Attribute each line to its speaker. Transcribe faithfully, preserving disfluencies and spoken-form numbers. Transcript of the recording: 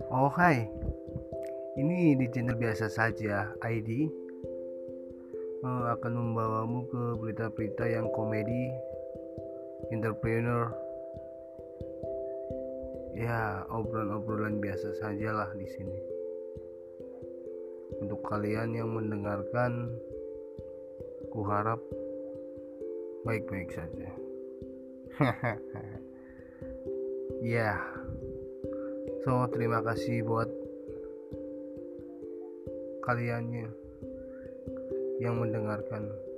Speaker 1: Oh hai, ini di channel biasa saja I D eh, akan membawamu ke berita-berita yang komedi, entrepreneur, ya obrolan-obrolan biasa sajalah di sini. Untuk kalian yang mendengarkan, kuharap baik-baik saja. Ya, yeah. So terima kasih buat kalian yang mendengarkan.